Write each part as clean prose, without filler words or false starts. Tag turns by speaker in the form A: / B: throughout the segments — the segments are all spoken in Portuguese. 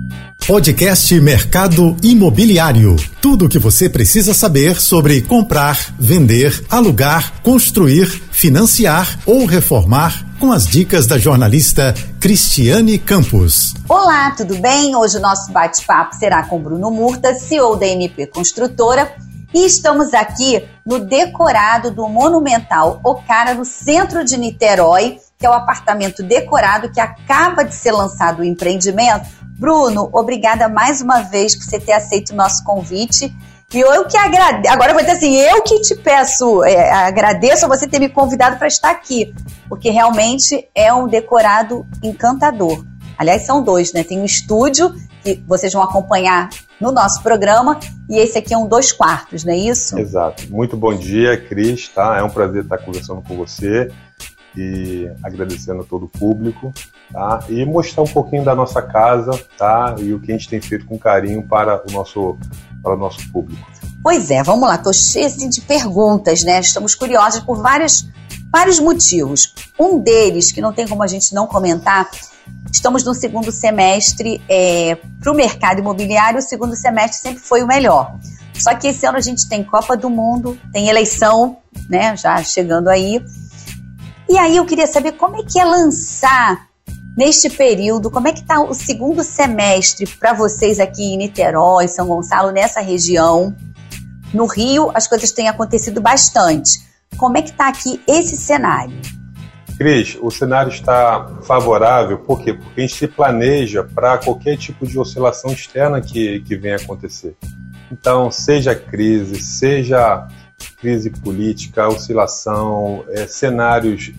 A: Podcast Mercado Imobiliário. Tudo o que você precisa saber sobre comprar, vender, alugar, construir, financiar ou reformar, com as dicas da jornalista Cristiane Campos.
B: Olá, tudo bem? Hoje o nosso bate-papo será com Bruno Murta, CEO da MP Construtora, e estamos aqui no decorado do Monumental Ocara, no centro de Niterói, que é o apartamento decorado que acaba de ser lançado o empreendimento. Bruno, obrigada mais uma vez por você ter aceito o nosso convite. E eu que agradeço, agora eu vou dizer assim, eu que te peço, agradeço a você ter me convidado para estar aqui, porque realmente é um decorado encantador. Aliás, são dois, né? Tem um estúdio que vocês vão acompanhar no nosso programa e esse aqui é um 2 quartos, não é isso?
C: Exato. Muito bom dia, Cris, tá? É um prazer estar conversando com você e agradecendo a todo o público, tá? E mostrar um pouquinho da nossa casa, tá? E o que a gente tem feito com carinho para o nosso público.
B: Pois é, vamos lá, estou cheia assim, de perguntas, né? Estamos curiosos por vários motivos. Um deles, que não tem como a gente não comentar, estamos no segundo semestre para o mercado imobiliário, o segundo semestre sempre foi o melhor. Só que esse ano a gente tem Copa do Mundo, tem eleição, né? Já chegando aí. E aí eu queria saber como é que é lançar neste período, como é que está o segundo semestre para vocês aqui em Niterói, São Gonçalo, nessa região. No Rio, as coisas têm acontecido bastante. Como é que está aqui esse cenário?
C: Cris, o cenário está favorável, por quê? Porque a gente se planeja para qualquer tipo de oscilação externa que venha acontecer. Então, seja crise, seja crise política, oscilação, cenários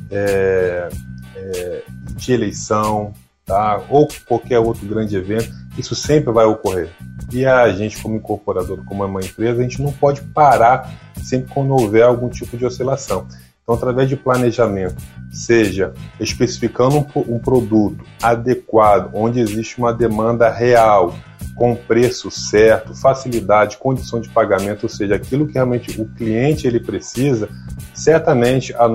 C: de eleição, tá? Ou qualquer outro grande evento, isso sempre vai ocorrer. E a gente, como incorporador, como uma empresa, a gente não pode parar sempre quando houver algum tipo de oscilação. Então, através de planejamento, seja especificando um produto adequado, onde existe uma demanda real, com preço certo, facilidade, condição de pagamento, ou seja, aquilo que realmente o cliente ele precisa, certamente o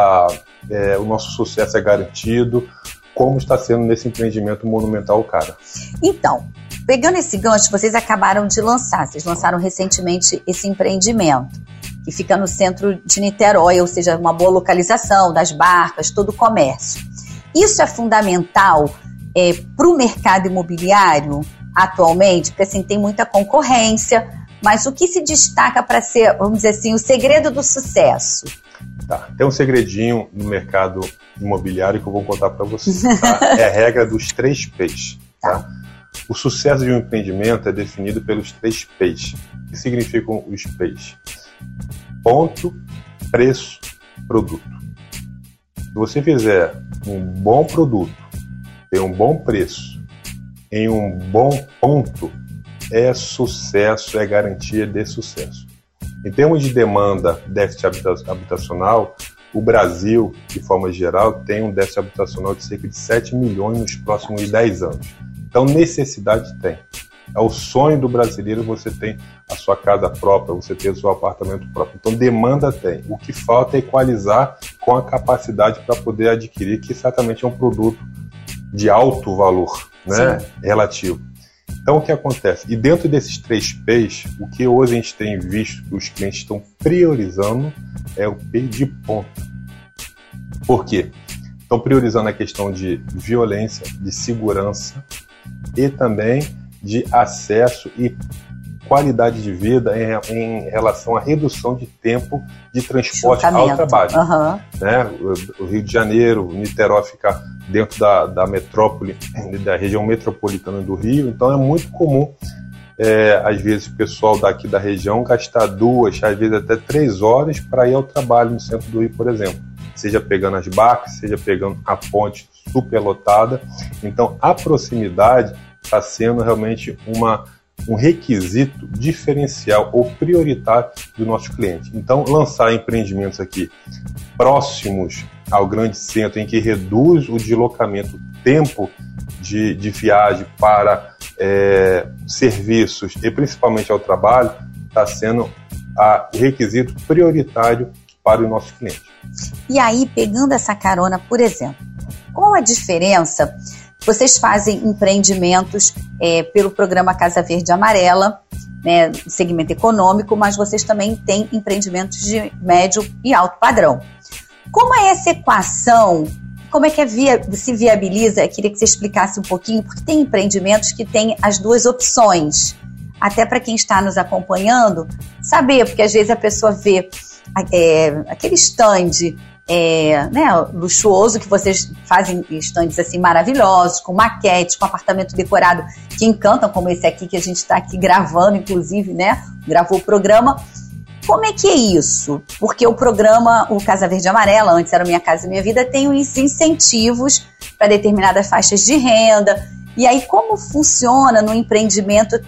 C: nosso sucesso é garantido, como está sendo nesse empreendimento Monumental Ocara.
B: Então, pegando esse gancho, vocês acabaram de lançar, vocês lançaram recentemente esse empreendimento, que fica no centro de Niterói, ou seja, uma boa localização das barcas, todo o comércio. Isso é fundamental para o mercado imobiliário atualmente, porque assim, tem muita concorrência, mas o que se destaca para ser, vamos dizer assim, o segredo do sucesso?
C: Tá, tem um segredinho no mercado imobiliário que eu vou contar para vocês. Tá? É a regra dos 3 P's. Tá? O sucesso de um empreendimento é definido pelos 3 P's. O que significam os P's? Ponto, preço, produto. Se você fizer um bom produto, ter um bom preço, em um bom ponto, é sucesso, é garantia de sucesso. Em termos de demanda, déficit habitacional, o Brasil, de forma geral, tem um déficit habitacional de cerca de 7 milhões nos próximos 10 anos. Então, necessidade tem. É o sonho do brasileiro, você tem a sua casa própria, você tem o seu apartamento próprio. Então, demanda tem. O que falta é equalizar com a capacidade para poder adquirir, que certamente é um produto de alto valor, né? Relativo. Então, o que acontece? E dentro desses 3 P's, o que hoje a gente tem visto que os clientes estão priorizando é o P de ponta. Por quê? Estão priorizando a questão de violência, de segurança e também de acesso e qualidade de vida em relação à redução de tempo de transporte ao trabalho. Né? O Rio de Janeiro, o Niterói fica dentro da metrópole, da região metropolitana do Rio, então é muito comum, às vezes, o pessoal daqui da região gastar 2, às vezes até 3 horas para ir ao trabalho no centro do Rio, por exemplo. Seja pegando as barcas, seja pegando a ponte superlotada. Então, a proximidade está sendo realmente um requisito diferencial ou prioritário do nosso cliente. Então, lançar empreendimentos aqui próximos ao grande centro, em que reduz o deslocamento, o tempo de viagem para serviços e principalmente ao trabalho, está sendo o requisito prioritário para o nosso cliente.
B: E aí, pegando essa carona, por exemplo, qual a diferença Vocês fazem empreendimentos pelo programa Casa Verde Amarela, né, segmento econômico, mas vocês também têm empreendimentos de médio e alto padrão. Como é essa equação? Como é que se viabiliza? Eu queria que você explicasse um pouquinho, porque tem empreendimentos que têm as duas opções. Até para quem está nos acompanhando, saber, porque às vezes a pessoa vê aquele stand luxuoso, que vocês fazem stands assim maravilhosos, com maquete, com apartamento decorado, que encantam, como esse aqui que a gente está aqui gravando, inclusive, né? Gravou o programa. Como é que é isso? Porque o programa, o Casa Verde Amarela, antes era Minha Casa Minha Vida, tem os incentivos para determinadas faixas de renda. E aí, como funciona no empreendimento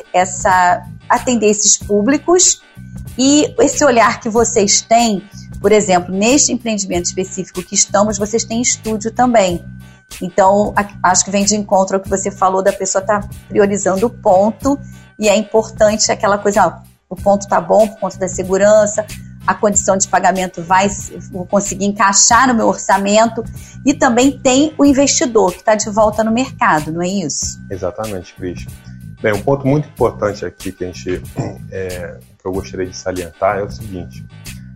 B: atender esses públicos e esse olhar que vocês têm? Por exemplo, neste empreendimento específico que estamos, vocês têm estúdio também. Então, acho que vem de encontro ao que você falou da pessoa estar priorizando o ponto, e é importante aquela coisa, o ponto está bom por conta da segurança, a condição de pagamento vou conseguir encaixar no meu orçamento, e também tem o investidor que está de volta no mercado, não é isso?
C: Exatamente, Cris. Bem, um ponto muito importante aqui que eu gostaria de salientar é o seguinte: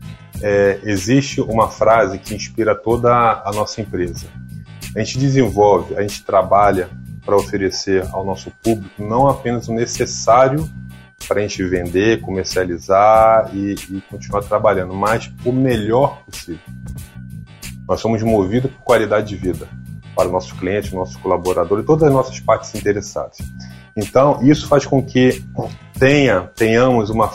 C: existe uma frase que inspira toda a nossa empresa. A gente desenvolve, a gente trabalha para oferecer ao nosso público não apenas o necessário para a gente vender, comercializar e continuar trabalhando, mas o melhor possível. Nós somos movidos por qualidade de vida para o nosso cliente, o nosso colaborador e todas as nossas partes interessadas. Então, isso faz com que tenhamos uma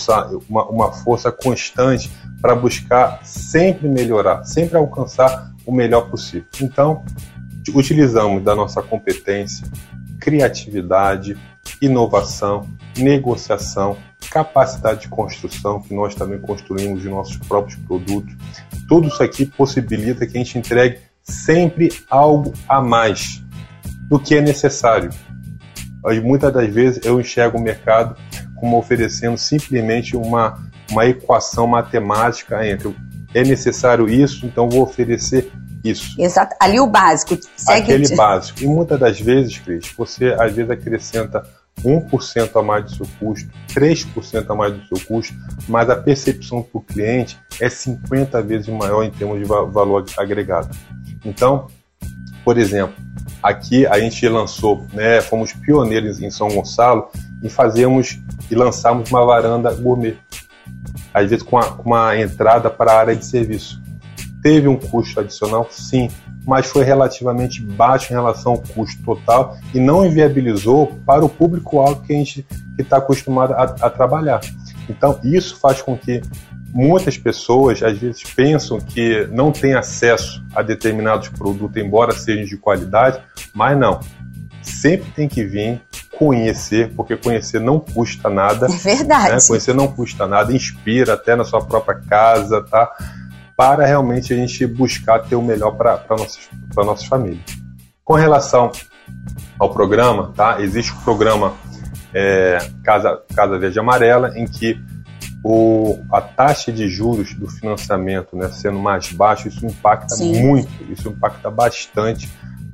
C: força constante para buscar sempre melhorar, sempre alcançar o melhor possível. Então, utilizamos da nossa competência, criatividade, inovação, negociação, capacidade de construção, que nós também construímos de nossos próprios produtos. Tudo isso aqui possibilita que a gente entregue sempre algo a mais do que é necessário. Muitas das vezes eu enxergo o mercado como oferecendo simplesmente uma equação matemática entre é necessário isso, então vou oferecer isso.
B: Exato, ali o básico.
C: Aquele básico. E muitas das vezes, Cris, você às vezes acrescenta 1% a mais do seu custo, 3% a mais do seu custo, mas a percepção para o cliente é 50 vezes maior em termos de valor agregado. Então, por exemplo, aqui a gente lançou, fomos pioneiros em São Gonçalo e lançamos uma varanda gourmet, às vezes com uma entrada para a área de serviço. Teve um custo adicional? Sim, mas foi relativamente baixo em relação ao custo total e não inviabilizou para o público-alvo que a gente está acostumado a trabalhar. Então, isso faz com que muitas pessoas, às vezes, pensam que não têm acesso a determinados produtos, embora sejam de qualidade, mas não. Sempre tem que vir conhecer, porque conhecer não custa nada.
B: É verdade.
C: Conhecer não custa nada, inspira até na sua própria casa, tá? Para realmente a gente buscar ter o melhor para nossas famílias. Com relação ao programa, tá? Existe o programa Casa Verde Amarela, em que a taxa de juros do financiamento, sendo mais baixo, isso impacta muito, isso impacta bastante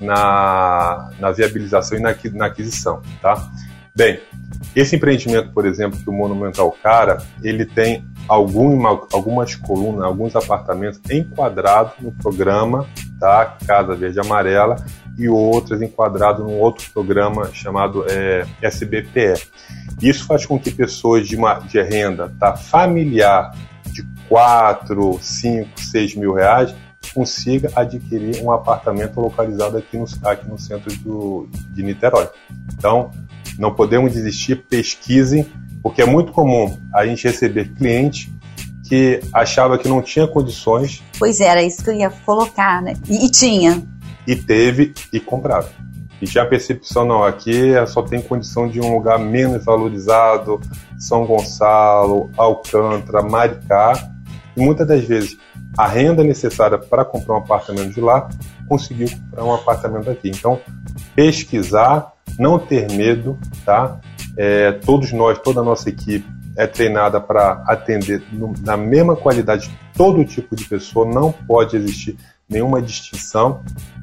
C: na viabilização e na aquisição, tá? Bem, esse empreendimento, por exemplo, que o Monumental Cara, ele tem algumas colunas, alguns apartamentos enquadrados no programa, tá? Casa Verde Amarela, e outras enquadrados num outro programa chamado SBPE. Isso faz com que pessoas de renda familiar de 4, 5, 6 mil reais consiga adquirir um apartamento localizado aqui no centro de Niterói. Então, não podemos desistir, pesquisem, porque é muito comum a gente receber cliente que achava que não tinha condições.
B: Pois era, isso que eu ia colocar, né? E tinha.
C: E teve e compraram. E tinha a percepção, não, aqui só tem condição de um lugar menos valorizado, São Gonçalo, Alcântara, Maricá. E muitas das vezes a renda necessária para comprar um apartamento de lá, conseguiu comprar um apartamento aqui. Então, pesquisar, não ter medo, tá? Todos nós, toda a nossa equipe é treinada para atender na mesma qualidade todo tipo de pessoa, não pode existir nenhuma distinção.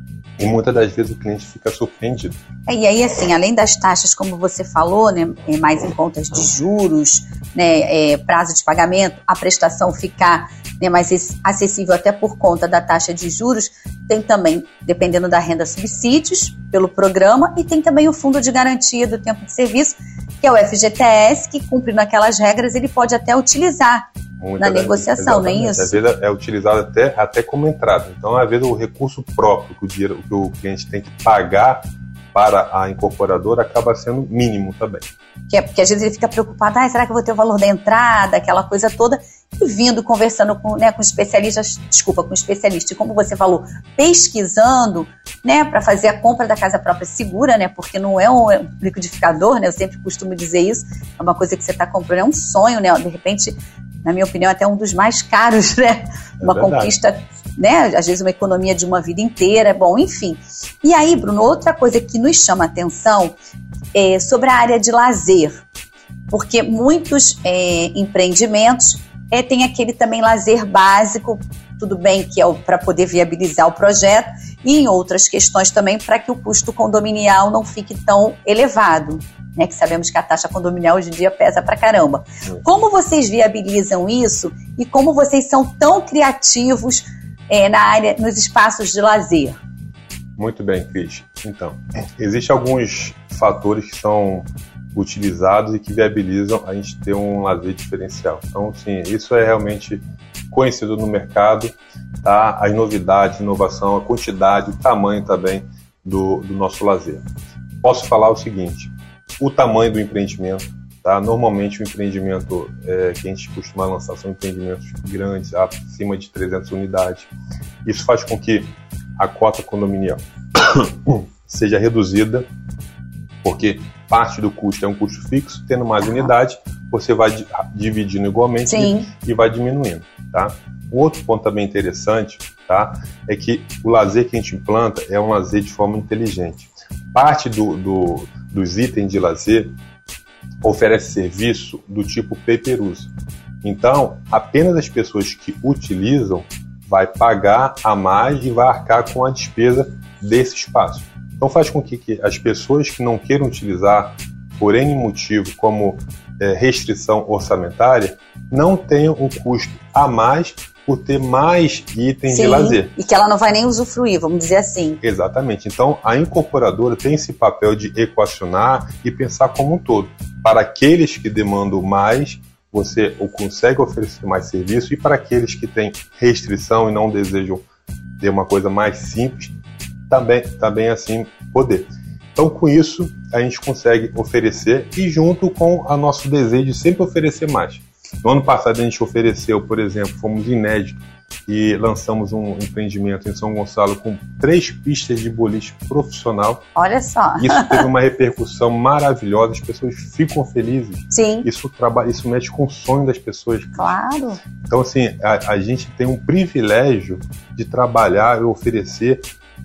C: E muitas das vezes o cliente fica surpreendido.
B: E aí, assim, além das taxas, como você falou, né, mais em contas de juros, né, prazo de pagamento, a prestação ficar, né, mais acessível até por conta da taxa de juros, tem também, dependendo da renda, subsídios pelo programa, e tem também o Fundo de Garantia do Tempo de Serviço, que é o FGTS, que, cumprindo aquelas regras, ele pode até utilizar na negociação, não é isso?
C: Às vezes é utilizado até como entrada. Então, às vezes, o recurso próprio que o cliente tem que pagar para a incorporadora acaba sendo mínimo também.
B: Porque às vezes ele fica preocupado, será que eu vou ter o valor da entrada, aquela coisa toda, e vindo conversando com especialistas, com especialista, e como você falou, pesquisando, né, para fazer a compra da casa própria segura, né, porque não é um liquidificador, né, eu sempre costumo dizer isso, é uma coisa que você está comprando, é um sonho, né, de repente, na minha opinião, até um dos mais caros, né, uma conquista, né, às vezes uma economia de uma vida inteira, bom, enfim. E aí, Bruno, outra coisa que nos chama a atenção é sobre a área de lazer, porque muitos empreendimentos têm aquele também lazer básico, tudo bem que é para poder viabilizar o projeto, e em outras questões também para que o custo condominial não fique tão elevado, né, que sabemos que a taxa condominial hoje em dia pesa pra caramba. Como vocês viabilizam isso e como vocês são tão criativos na área, nos espaços de lazer?
C: Muito bem, Cris. Então, existem alguns fatores que são utilizados e que viabilizam a gente ter um lazer diferencial. Então, sim, isso é realmente conhecido no mercado, tá? As novidades, inovação, a quantidade, o tamanho também do nosso lazer. Posso falar o seguinte, o tamanho do empreendimento, tá? Normalmente o empreendimento que a gente costuma lançar são empreendimentos grandes, acima de 300 unidades. Isso faz com que a cota condominial seja reduzida, porque parte do custo é um custo fixo, tendo mais unidade, você vai dividindo igualmente e vai diminuindo, tá? Um outro ponto também interessante, tá, é que o lazer que a gente implanta é um lazer de forma inteligente. Parte dos itens de lazer oferece serviço do tipo pay-per-use. Então, apenas as pessoas que utilizam vai pagar a mais e vai arcar com a despesa desse espaço. Então faz com que as pessoas que não queiram utilizar por N motivo, como restrição orçamentária, não tenham um custo a mais por ter mais itens de lazer.
B: E que ela não vai nem usufruir, vamos dizer assim.
C: Exatamente. Então a incorporadora tem esse papel de equacionar e pensar como um todo. Para aqueles que demandam mais, você consegue oferecer mais serviço, e para aqueles que têm restrição e não desejam ter uma coisa mais simples, também assim poder. Então, com isso, a gente consegue oferecer, e junto com o nosso desejo de sempre oferecer mais. No ano passado, a gente ofereceu, por exemplo, fomos inéditos e lançamos um empreendimento em São Gonçalo com 3 pistas de boliche profissional.
B: Olha só!
C: Isso teve uma repercussão maravilhosa, as pessoas ficam felizes.
B: Sim.
C: Isso mexe com o sonho das pessoas.
B: Claro!
C: Então, assim, a gente tem um privilégio de trabalhar e oferecer,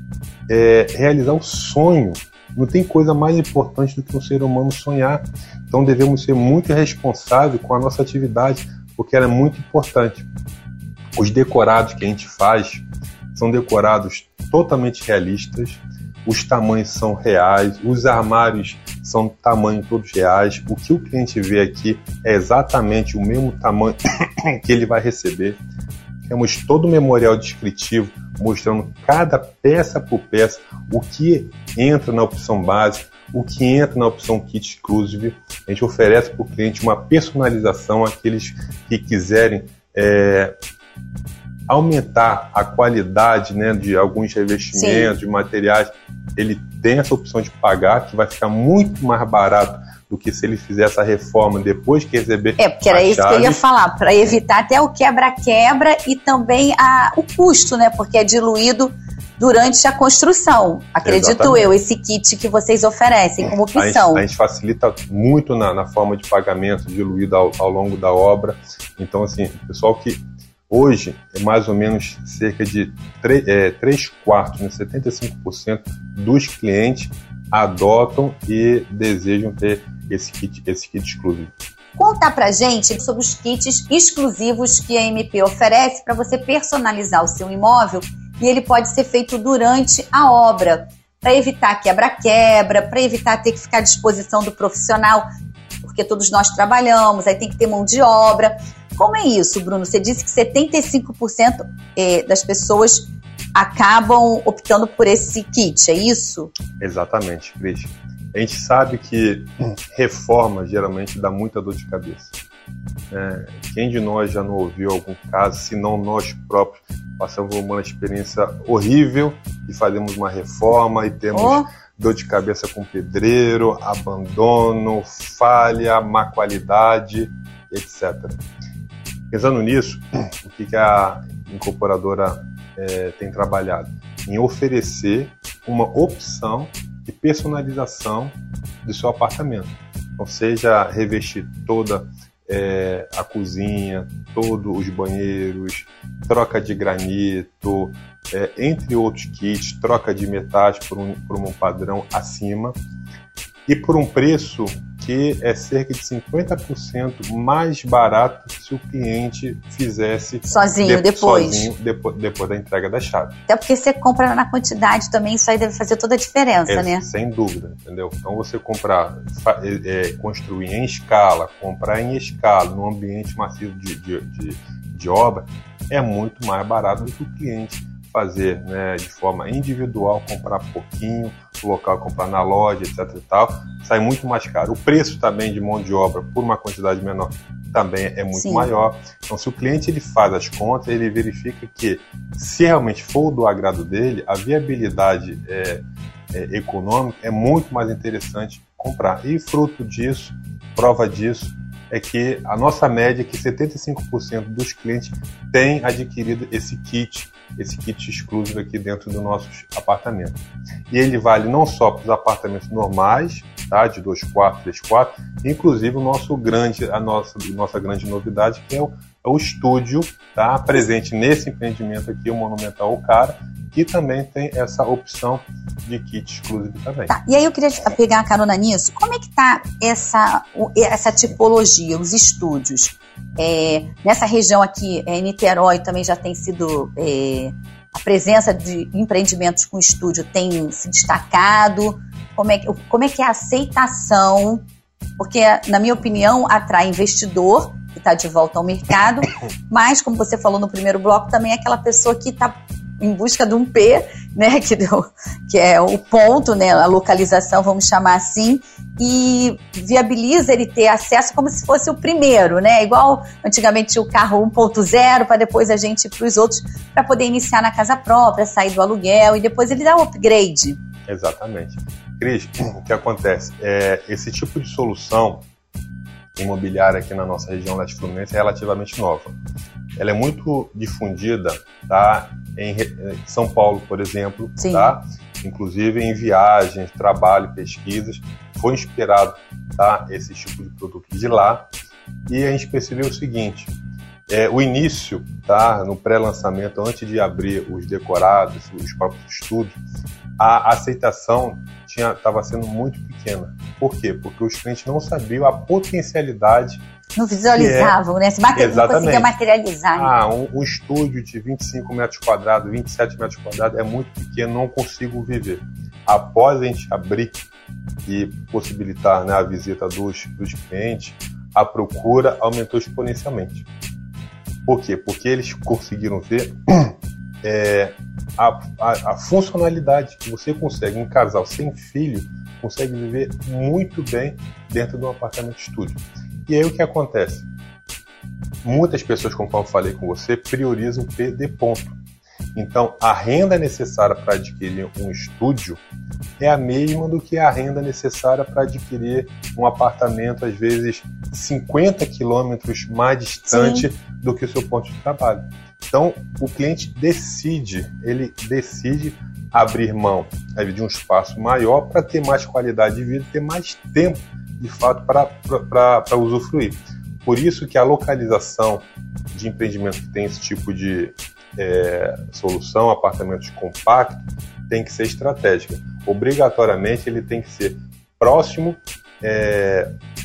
C: realizar o sonho. Não tem coisa mais importante do que um ser humano sonhar. Então devemos ser muito responsáveis com a nossa atividade, porque ela é muito importante. Os decorados que a gente faz são decorados totalmente realistas, os tamanhos são reais, os armários são tamanho todos reais. O que o cliente vê aqui é exatamente o mesmo tamanho que ele vai receber. Temos todo o memorial descritivo mostrando cada peça por peça, o que entra na opção básica, o que entra na opção Kit Exclusive. A gente oferece para o cliente uma personalização, aqueles que quiserem aumentar a qualidade, né, de alguns revestimentos, de materiais. Ele tem essa opção de pagar, que vai ficar muito mais barato do que se ele fizesse a reforma depois que receber
B: porque era isso que eu ia falar, para evitar até o quebra-quebra e também o custo, né? Porque é diluído durante a construção. Acredito Exatamente. Eu, esse kit que vocês oferecem como opção.
C: A gente facilita muito na forma de pagamento, diluído ao longo da obra. Então, assim, o pessoal que hoje é mais ou menos cerca de 3/4, né, 75% dos clientes adotam e desejam ter esse kit exclusivo.
B: Conta pra gente sobre os kits exclusivos que a MP oferece para você personalizar o seu imóvel e ele pode ser feito durante a obra, para evitar quebra-quebra, para evitar ter que ficar à disposição do profissional, porque todos nós trabalhamos, aí tem que ter mão de obra. Como é isso, Bruno? Você disse que 75% das pessoas acabam optando por esse kit, é isso?
C: Exatamente, Cris. A gente sabe que reforma geralmente dá muita dor de cabeça. Quem de nós já não ouviu algum caso, se não nós próprios, passamos uma experiência horrível e fazemos uma reforma e temos dor de cabeça com pedreiro, abandono, falha, má qualidade, etc. Pensando nisso, o que a incorporadora tem trabalhado? Em oferecer uma opção de personalização do seu apartamento. Então, seja revestir toda a cozinha, todos os banheiros, troca de granito, entre outros kits, troca de metais por um padrão acima e por um preço que é cerca de 50% mais barato se o cliente fizesse
B: sozinho
C: depois da entrega da chave.
B: Até porque você compra na quantidade também, isso aí deve fazer toda a diferença, né?
C: Sem dúvida, entendeu? Então você construir em escala, comprar em escala, num ambiente massivo de obra, é muito mais barato do que o cliente fazer, né, de forma individual, comprar pouquinho, o local comprar na loja, etc e tal, sai muito mais caro. O preço também de mão de obra por uma quantidade menor também é muito maior. Então, se o cliente ele faz as contas, ele verifica que, se realmente for do agrado dele, a viabilidade econômica é muito mais interessante comprar. E fruto disso, prova disso, é que a nossa média é que 75% dos clientes têm adquirido esse kit exclusivo aqui dentro dos nossos apartamentos. E ele vale não só para os apartamentos normais, tá, de 2 quartos, 3 quartos, inclusive a nossa grande novidade, que é o estúdio, tá, presente nesse empreendimento aqui, o Monumental Ocara, que também tem essa opção de kit exclusivo também.
B: Tá, e aí eu queria pegar a carona nisso. Como é que está essa tipologia, os estúdios? Nessa região aqui, em Niterói, também já tem sido... a presença de empreendimentos com estúdio tem se destacado? Como é que é a aceitação? Porque, na minha opinião, atrai investidor, que está de volta ao mercado, mas, como você falou no primeiro bloco, também é aquela pessoa que está em busca de um P, né, que é o ponto, né, a localização, vamos chamar assim, e viabiliza ele ter acesso como se fosse o primeiro, né, igual antigamente o carro 1.0, para depois a gente ir para os outros, para poder iniciar na casa própria, sair do aluguel e depois ele dá o upgrade.
C: Exatamente. Cris, o que acontece? Esse tipo de solução imobiliária aqui na nossa região leste fluminense é relativamente nova. Ela é muito difundida, tá, em São Paulo, por exemplo, tá? Inclusive em viagens, trabalho, pesquisas, foi inspirado, tá, esse tipo de produto de lá, e a gente percebeu o seguinte: o início, tá, no pré-lançamento, antes de abrir os decorados, os próprios estúdios, a aceitação estava sendo muito pequena. Por quê? Porque os clientes não sabiam a potencialidade.
B: Não visualizavam, né? Não conseguia materializar.
C: Um estúdio de 25 metros quadrados, 27 metros quadrados é muito pequeno, não consigo viver. Após a gente abrir e possibilitar, né, a visita dos clientes, a procura aumentou exponencialmente. Por quê? Porque eles conseguiram ver a funcionalidade que você consegue, um casal sem filho, consegue viver muito bem dentro de um apartamento estúdio. E aí o que acontece? Muitas pessoas, como eu falei com você, priorizam PD ponto. Então, a renda necessária para adquirir um estúdio é a mesma do que a renda necessária para adquirir um apartamento, às vezes 50 quilômetros mais distante do que o seu ponto de trabalho. Então, o cliente decide abrir mão de um espaço maior para ter mais qualidade de vida, ter mais tempo, de fato, para usufruir. Por isso que a localização de empreendimento que tem esse tipo de solução, apartamentos compactos, tem que ser estratégica. Obrigatoriamente, ele tem que ser próximo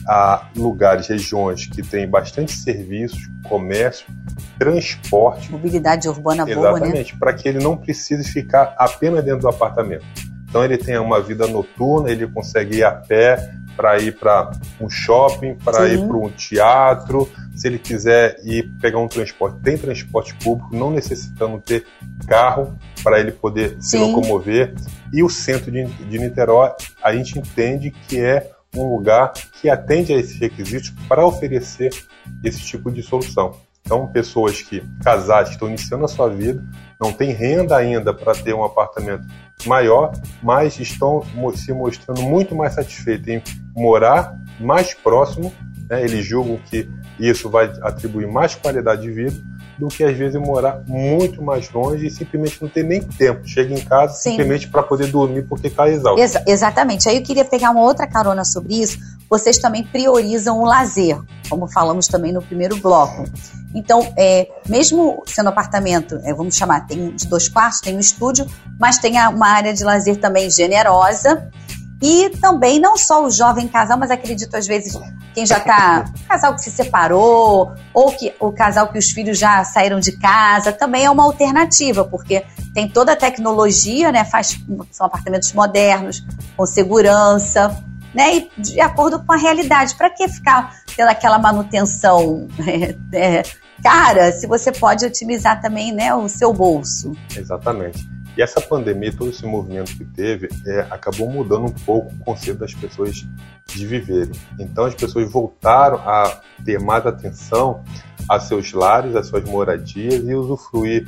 C: a lugares, regiões que tem bastante serviços, comércio, transporte.
B: Mobilidade urbana boa, né?
C: Exatamente, para que ele não precise ficar apenas dentro do apartamento. Então ele tem uma vida noturna, ele consegue ir a pé para ir para um shopping, para ir para um teatro. Se ele quiser ir pegar um transporte, tem transporte público, não necessitando ter carro para ele poder se locomover. E o centro de Niterói, a gente entende que é um lugar que atende a esses requisitos para oferecer esse tipo de solução. Então, casais que estão iniciando a sua vida, não têm renda ainda para ter um apartamento maior, mas estão se mostrando muito mais satisfeitos em morar mais próximo, né? Eles julgam que isso vai atribuir mais qualidade de vida do que às vezes morar muito mais longe e simplesmente não ter nem tempo. Chega em casa simplesmente para poder dormir porque está exausto.
B: Exatamente. Aí eu queria pegar uma outra carona sobre isso. Vocês também priorizam o lazer, como falamos também no primeiro bloco. Então, mesmo sendo apartamento, vamos chamar, tem de 2 quartos, tem um estúdio, mas tem uma área de lazer também generosa. E também não só o jovem casal, mas acredito às vezes quem já está, casal que se separou, ou o casal que os filhos já saíram de casa, também é uma alternativa, porque tem toda a tecnologia, né? São apartamentos modernos, com segurança, né? E de acordo com a realidade. Para que ficar tendo aquela manutenção cara, se você pode otimizar também, né, o seu bolso?
C: Exatamente. E essa pandemia, todo esse movimento que teve, acabou mudando um pouco o conceito das pessoas de viverem. Então as pessoas voltaram a ter mais atenção a seus lares, a suas moradias e usufruir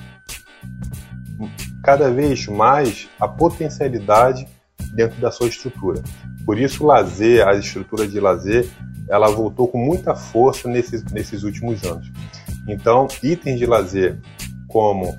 C: cada vez mais a potencialidade dentro da sua estrutura. Por isso o lazer, a estrutura de lazer, ela voltou com muita força nesses últimos anos. Então, itens de lazer como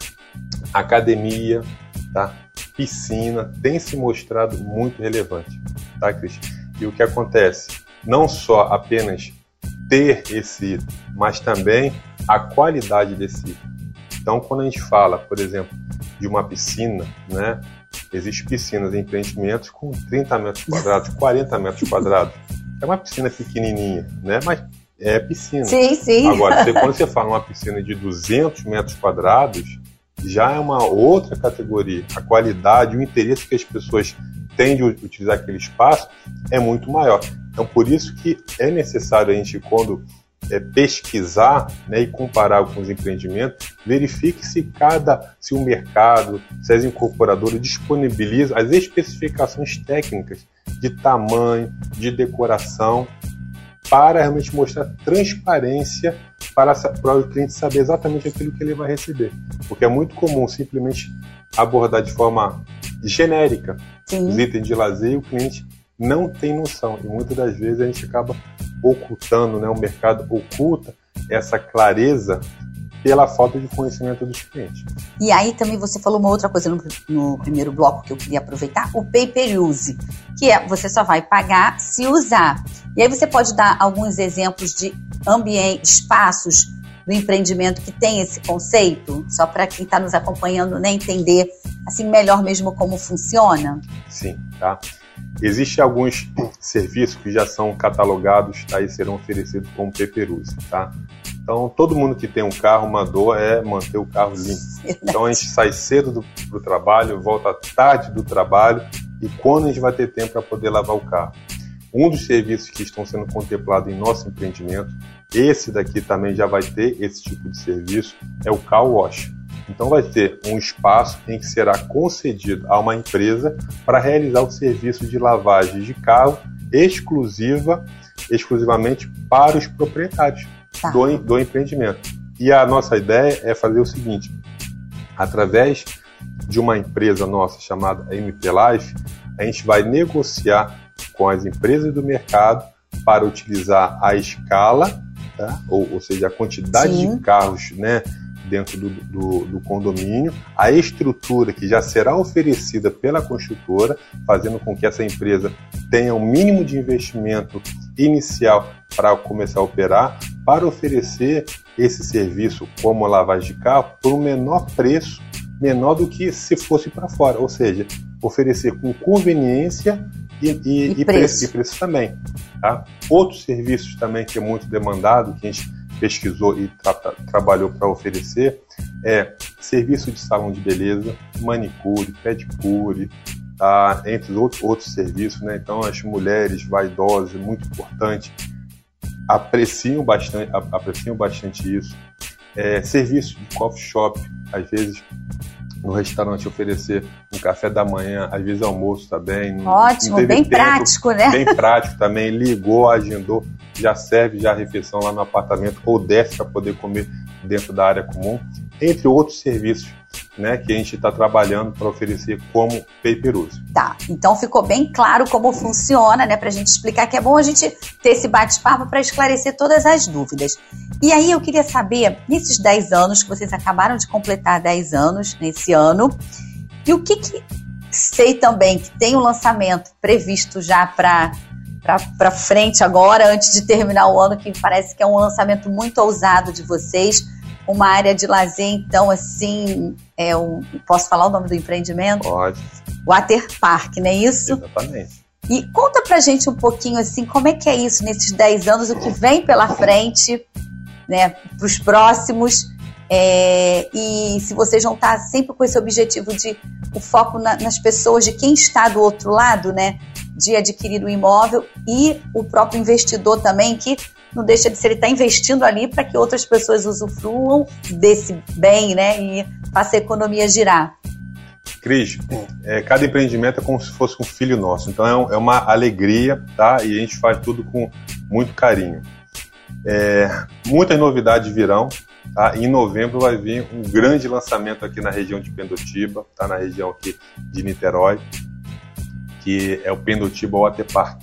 C: academia, tá? Piscina, tem se mostrado muito relevante, tá, Cris? E o que acontece? Não só apenas ter esse item, mas também a qualidade desse item. Então, quando a gente fala, por exemplo, de uma piscina, né? Existem piscinas em empreendimentos com 30 metros quadrados, 40 metros quadrados. É uma piscina pequenininha, né? Mas é piscina.
B: Sim.
C: Agora, quando você fala uma piscina de 200 metros quadrados, já é uma outra categoria. A qualidade, o interesse que as pessoas têm de utilizar aquele espaço é muito maior. Então, por isso que é necessário a gente, quando pesquisar, né, e comparar com os empreendimentos, verifique se o mercado, se as incorporadoras disponibilizam as especificações técnicas de tamanho, de decoração, para realmente mostrar transparência para o cliente saber exatamente aquilo que ele vai receber. Porque é muito comum simplesmente abordar de forma genérica os itens de lazer e o cliente não tem noção. E muitas das vezes a gente acaba ocultando, né? O mercado oculta essa clareza pela falta de conhecimento dos clientes.
B: E aí também você falou uma outra coisa no primeiro bloco que eu queria aproveitar, o pay-per-use, que você só vai pagar se usar. E aí você pode dar alguns exemplos de espaços do empreendimento que tem esse conceito, só para quem está nos acompanhando, né, entender assim melhor mesmo como funciona?
C: Sim, tá. Existem alguns serviços que já são catalogados, tá, e serão oferecidos como pay-per-use, tá? Então, todo mundo que tem um carro, uma dor é manter o carro limpo. Então, a gente sai cedo do trabalho, volta tarde do trabalho, e quando a gente vai ter tempo para poder lavar o carro? Um dos serviços que estão sendo contemplados em nosso empreendimento, esse daqui também já vai ter esse tipo de serviço, é o car wash. Então, vai ter um espaço em que será concedido a uma empresa para realizar o serviço de lavagem de carro exclusivamente para os proprietários do empreendimento. E a nossa ideia é fazer o seguinte: através de uma empresa nossa chamada MP Life, a gente vai negociar com as empresas do mercado para utilizar a escala, tá? ou seja, a quantidade de carros, né, dentro do condomínio, a estrutura que já será oferecida pela construtora, fazendo com que essa empresa tenha um mínimo de investimento inicial para começar a operar, para oferecer esse serviço como lavagem de carro por um menor preço, menor do que se fosse para fora, ou seja, oferecer com conveniência e preço também. Tá? Outros serviços também que é muito demandado, que a gente pesquisou e trabalhou para oferecer, é serviço de salão de beleza, manicure, pedicure, tá? Entre outros serviços, né? Então as mulheres vaidosas, muito importante, apreciam bastante isso. Serviço de coffee shop, às vezes no restaurante oferecer um café da manhã, às vezes almoço também.
B: Ótimo, bem tempo, prático, né?
C: Bem prático também, ligou, agendou, já serve já a refeição lá no apartamento ou desce para poder comer dentro da área comum, entre outros serviços, né, que a gente está trabalhando para oferecer como pay-per-use.
B: Tá, então ficou bem claro como funciona, né, para a gente explicar, que é bom a gente ter esse bate-papo para esclarecer todas as dúvidas. E aí eu queria saber, nesses 10 anos, que vocês acabaram de completar 10 anos nesse ano, e o que sei também que tem um lançamento previsto já para frente agora, antes de terminar o ano, que parece que é um lançamento muito ousado de vocês, uma área de lazer, então, assim, posso falar o nome do empreendimento?
C: Pode.
B: Water Park, não é isso?
C: Exatamente.
B: E conta pra gente um pouquinho, assim, como é que é isso nesses 10 anos, o que vem pela frente, né, pros próximos, e se vocês vão estar sempre com esse objetivo de o foco nas pessoas, de quem está do outro lado, né, de adquirir o imóvel, e o próprio investidor também, que não deixa de ser, ele está investindo ali para que outras pessoas usufruam desse bem, né, e faça a economia girar.
C: Cris, cada empreendimento é como se fosse um filho nosso, então é uma alegria, tá? E a gente faz tudo com muito carinho. Muitas novidades virão, tá? Em novembro vai vir um grande lançamento aqui na região de Pendotiba, tá? Na região aqui de Niterói, que é o Pendotiba Water Park.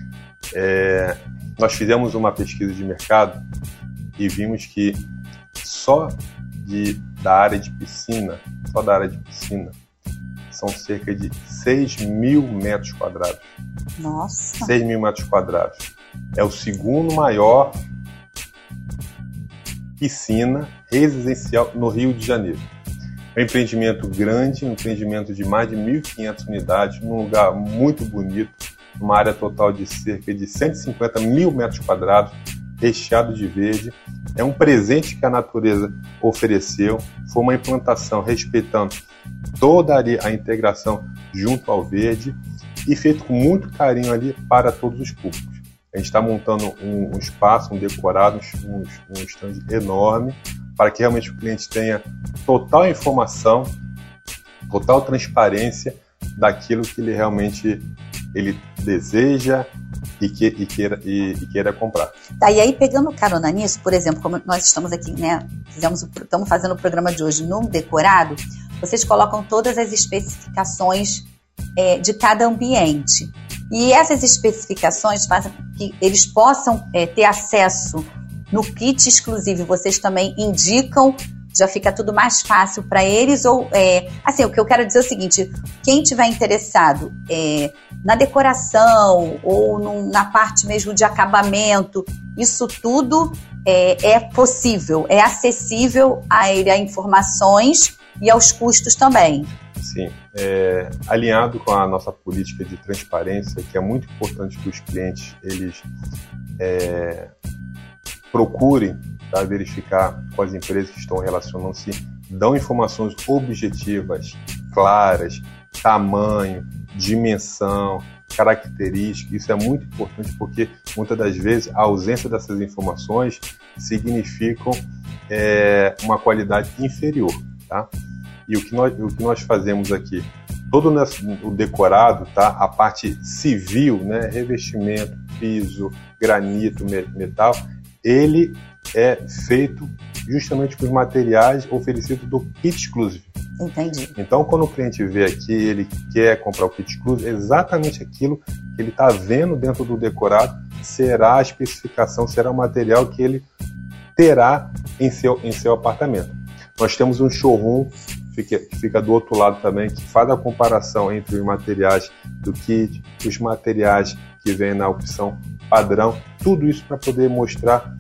C: Nós fizemos uma pesquisa de mercado e vimos que só da área de piscina, são cerca de 6 mil metros quadrados.
B: Nossa!
C: 6 mil metros quadrados. É o segundo maior piscina residencial no Rio de Janeiro. É um empreendimento grande, um empreendimento de mais de 1.500 unidades, num lugar muito bonito, uma área total de cerca de 150 mil metros quadrados, recheado de verde. É um presente que a natureza ofereceu, foi uma implantação respeitando toda a integração junto ao verde e feito com muito carinho ali para todos os públicos. A gente está montando um espaço, um decorado, um stand enorme, para que realmente o cliente tenha total informação, total transparência daquilo que ele realmente deseja e queira comprar.
B: Tá, e aí, pegando carona nisso, por exemplo, como nós estamos aqui, né, estamos fazendo o programa de hoje no decorado, vocês colocam todas as especificações de cada ambiente. E essas especificações fazem com que eles possam ter acesso no kit exclusivo. Vocês também indicam, já fica tudo mais fácil para eles? Ou, assim, o que eu quero dizer é o seguinte, quem tiver interessado na decoração ou na parte mesmo de acabamento, isso tudo é possível, é acessível a informações e aos custos também.
C: Sim, alinhado com a nossa política de transparência, que é muito importante que os clientes eles procurem, tá, verificar com as empresas que estão relacionando-se, dão informações objetivas, claras, tamanho, dimensão, característica. Isso é muito importante porque muitas das vezes a ausência dessas informações significam uma qualidade inferior, tá? E o que nós fazemos aqui, todo o decorado, tá? A parte civil, né? Revestimento, piso, granito, metal, ele é feito justamente com os materiais oferecidos do kit exclusive.
B: Entendi.
C: Então, quando o cliente vê aqui, ele quer comprar o kit exclusive, exatamente aquilo que ele está vendo dentro do decorado será a especificação, será o material que ele terá em seu apartamento. Nós temos um showroom que fica do outro lado também, que faz a comparação entre os materiais do kit, os materiais que vêm na opção padrão, tudo isso para poder mostrar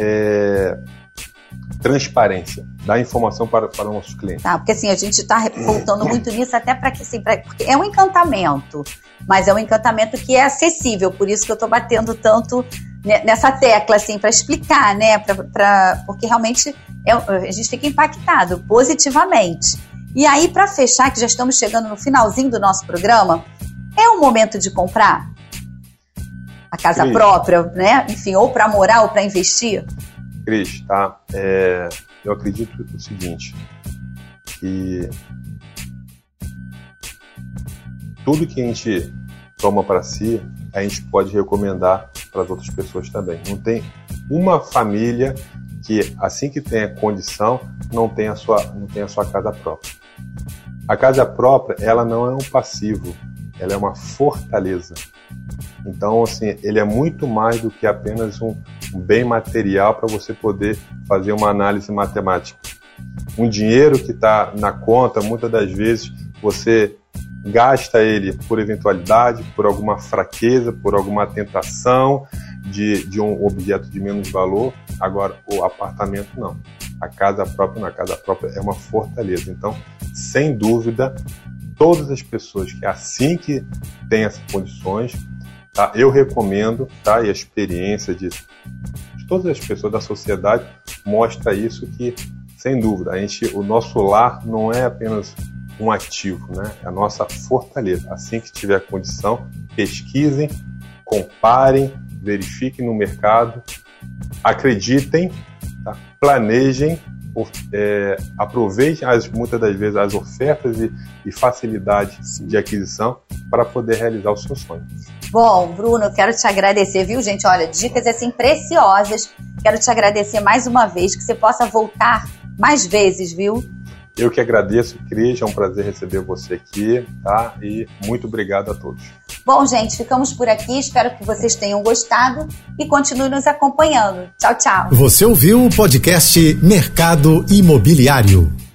C: transparência, dar informação para os nossos clientes.
B: Tá, porque assim, a gente está voltando muito nisso, até para que, assim, porque é um encantamento. mas é um encantamento que é acessível, por isso que eu estou batendo tanto nessa tecla, assim, para explicar, né? Porque realmente a gente fica impactado positivamente. E aí, para fechar, que já estamos chegando no finalzinho do nosso programa, é o momento de comprar a casa própria, né? Enfim, ou para morar ou para investir?
C: Cris, tá? Eu acredito o seguinte, que tudo que a gente toma para si, a gente pode recomendar para as outras pessoas também. Não tem uma família que, assim que tem a condição, não tem a sua casa própria. A casa própria, ela não é um passivo, ela é uma fortaleza. Então, assim, ele é muito mais do que apenas um bem material para você poder fazer uma análise matemática. Um dinheiro que está na conta, muitas das vezes, você gasta ele por eventualidade, por alguma fraqueza, por alguma tentação de um objeto de menos valor. Agora, o apartamento não. A casa própria não. A casa própria é uma fortaleza. Então, sem dúvida, todas as pessoas que assim que têm essas condições, tá, eu recomendo, tá, e a experiência de todas as pessoas da sociedade mostra isso, que, sem dúvida, o nosso lar não é apenas um ativo, né? É a nossa fortaleza. Assim que tiver condição, pesquisem, comparem, verifiquem no mercado, acreditem, tá? Planejem, aproveitem muitas das vezes as ofertas e facilidades de aquisição para poder realizar o seu sonho.
B: Bom, Bruno, eu quero te agradecer, viu, gente? Olha, dicas assim preciosas. Quero te agradecer mais uma vez, que você possa voltar mais vezes, viu?
C: Eu que agradeço, Cris, é um prazer receber você aqui, tá? E muito obrigado a todos.
B: Bom, gente, ficamos por aqui. Espero que vocês tenham gostado e continuem nos acompanhando. Tchau, tchau.
A: Você ouviu o podcast Mercado Imobiliário.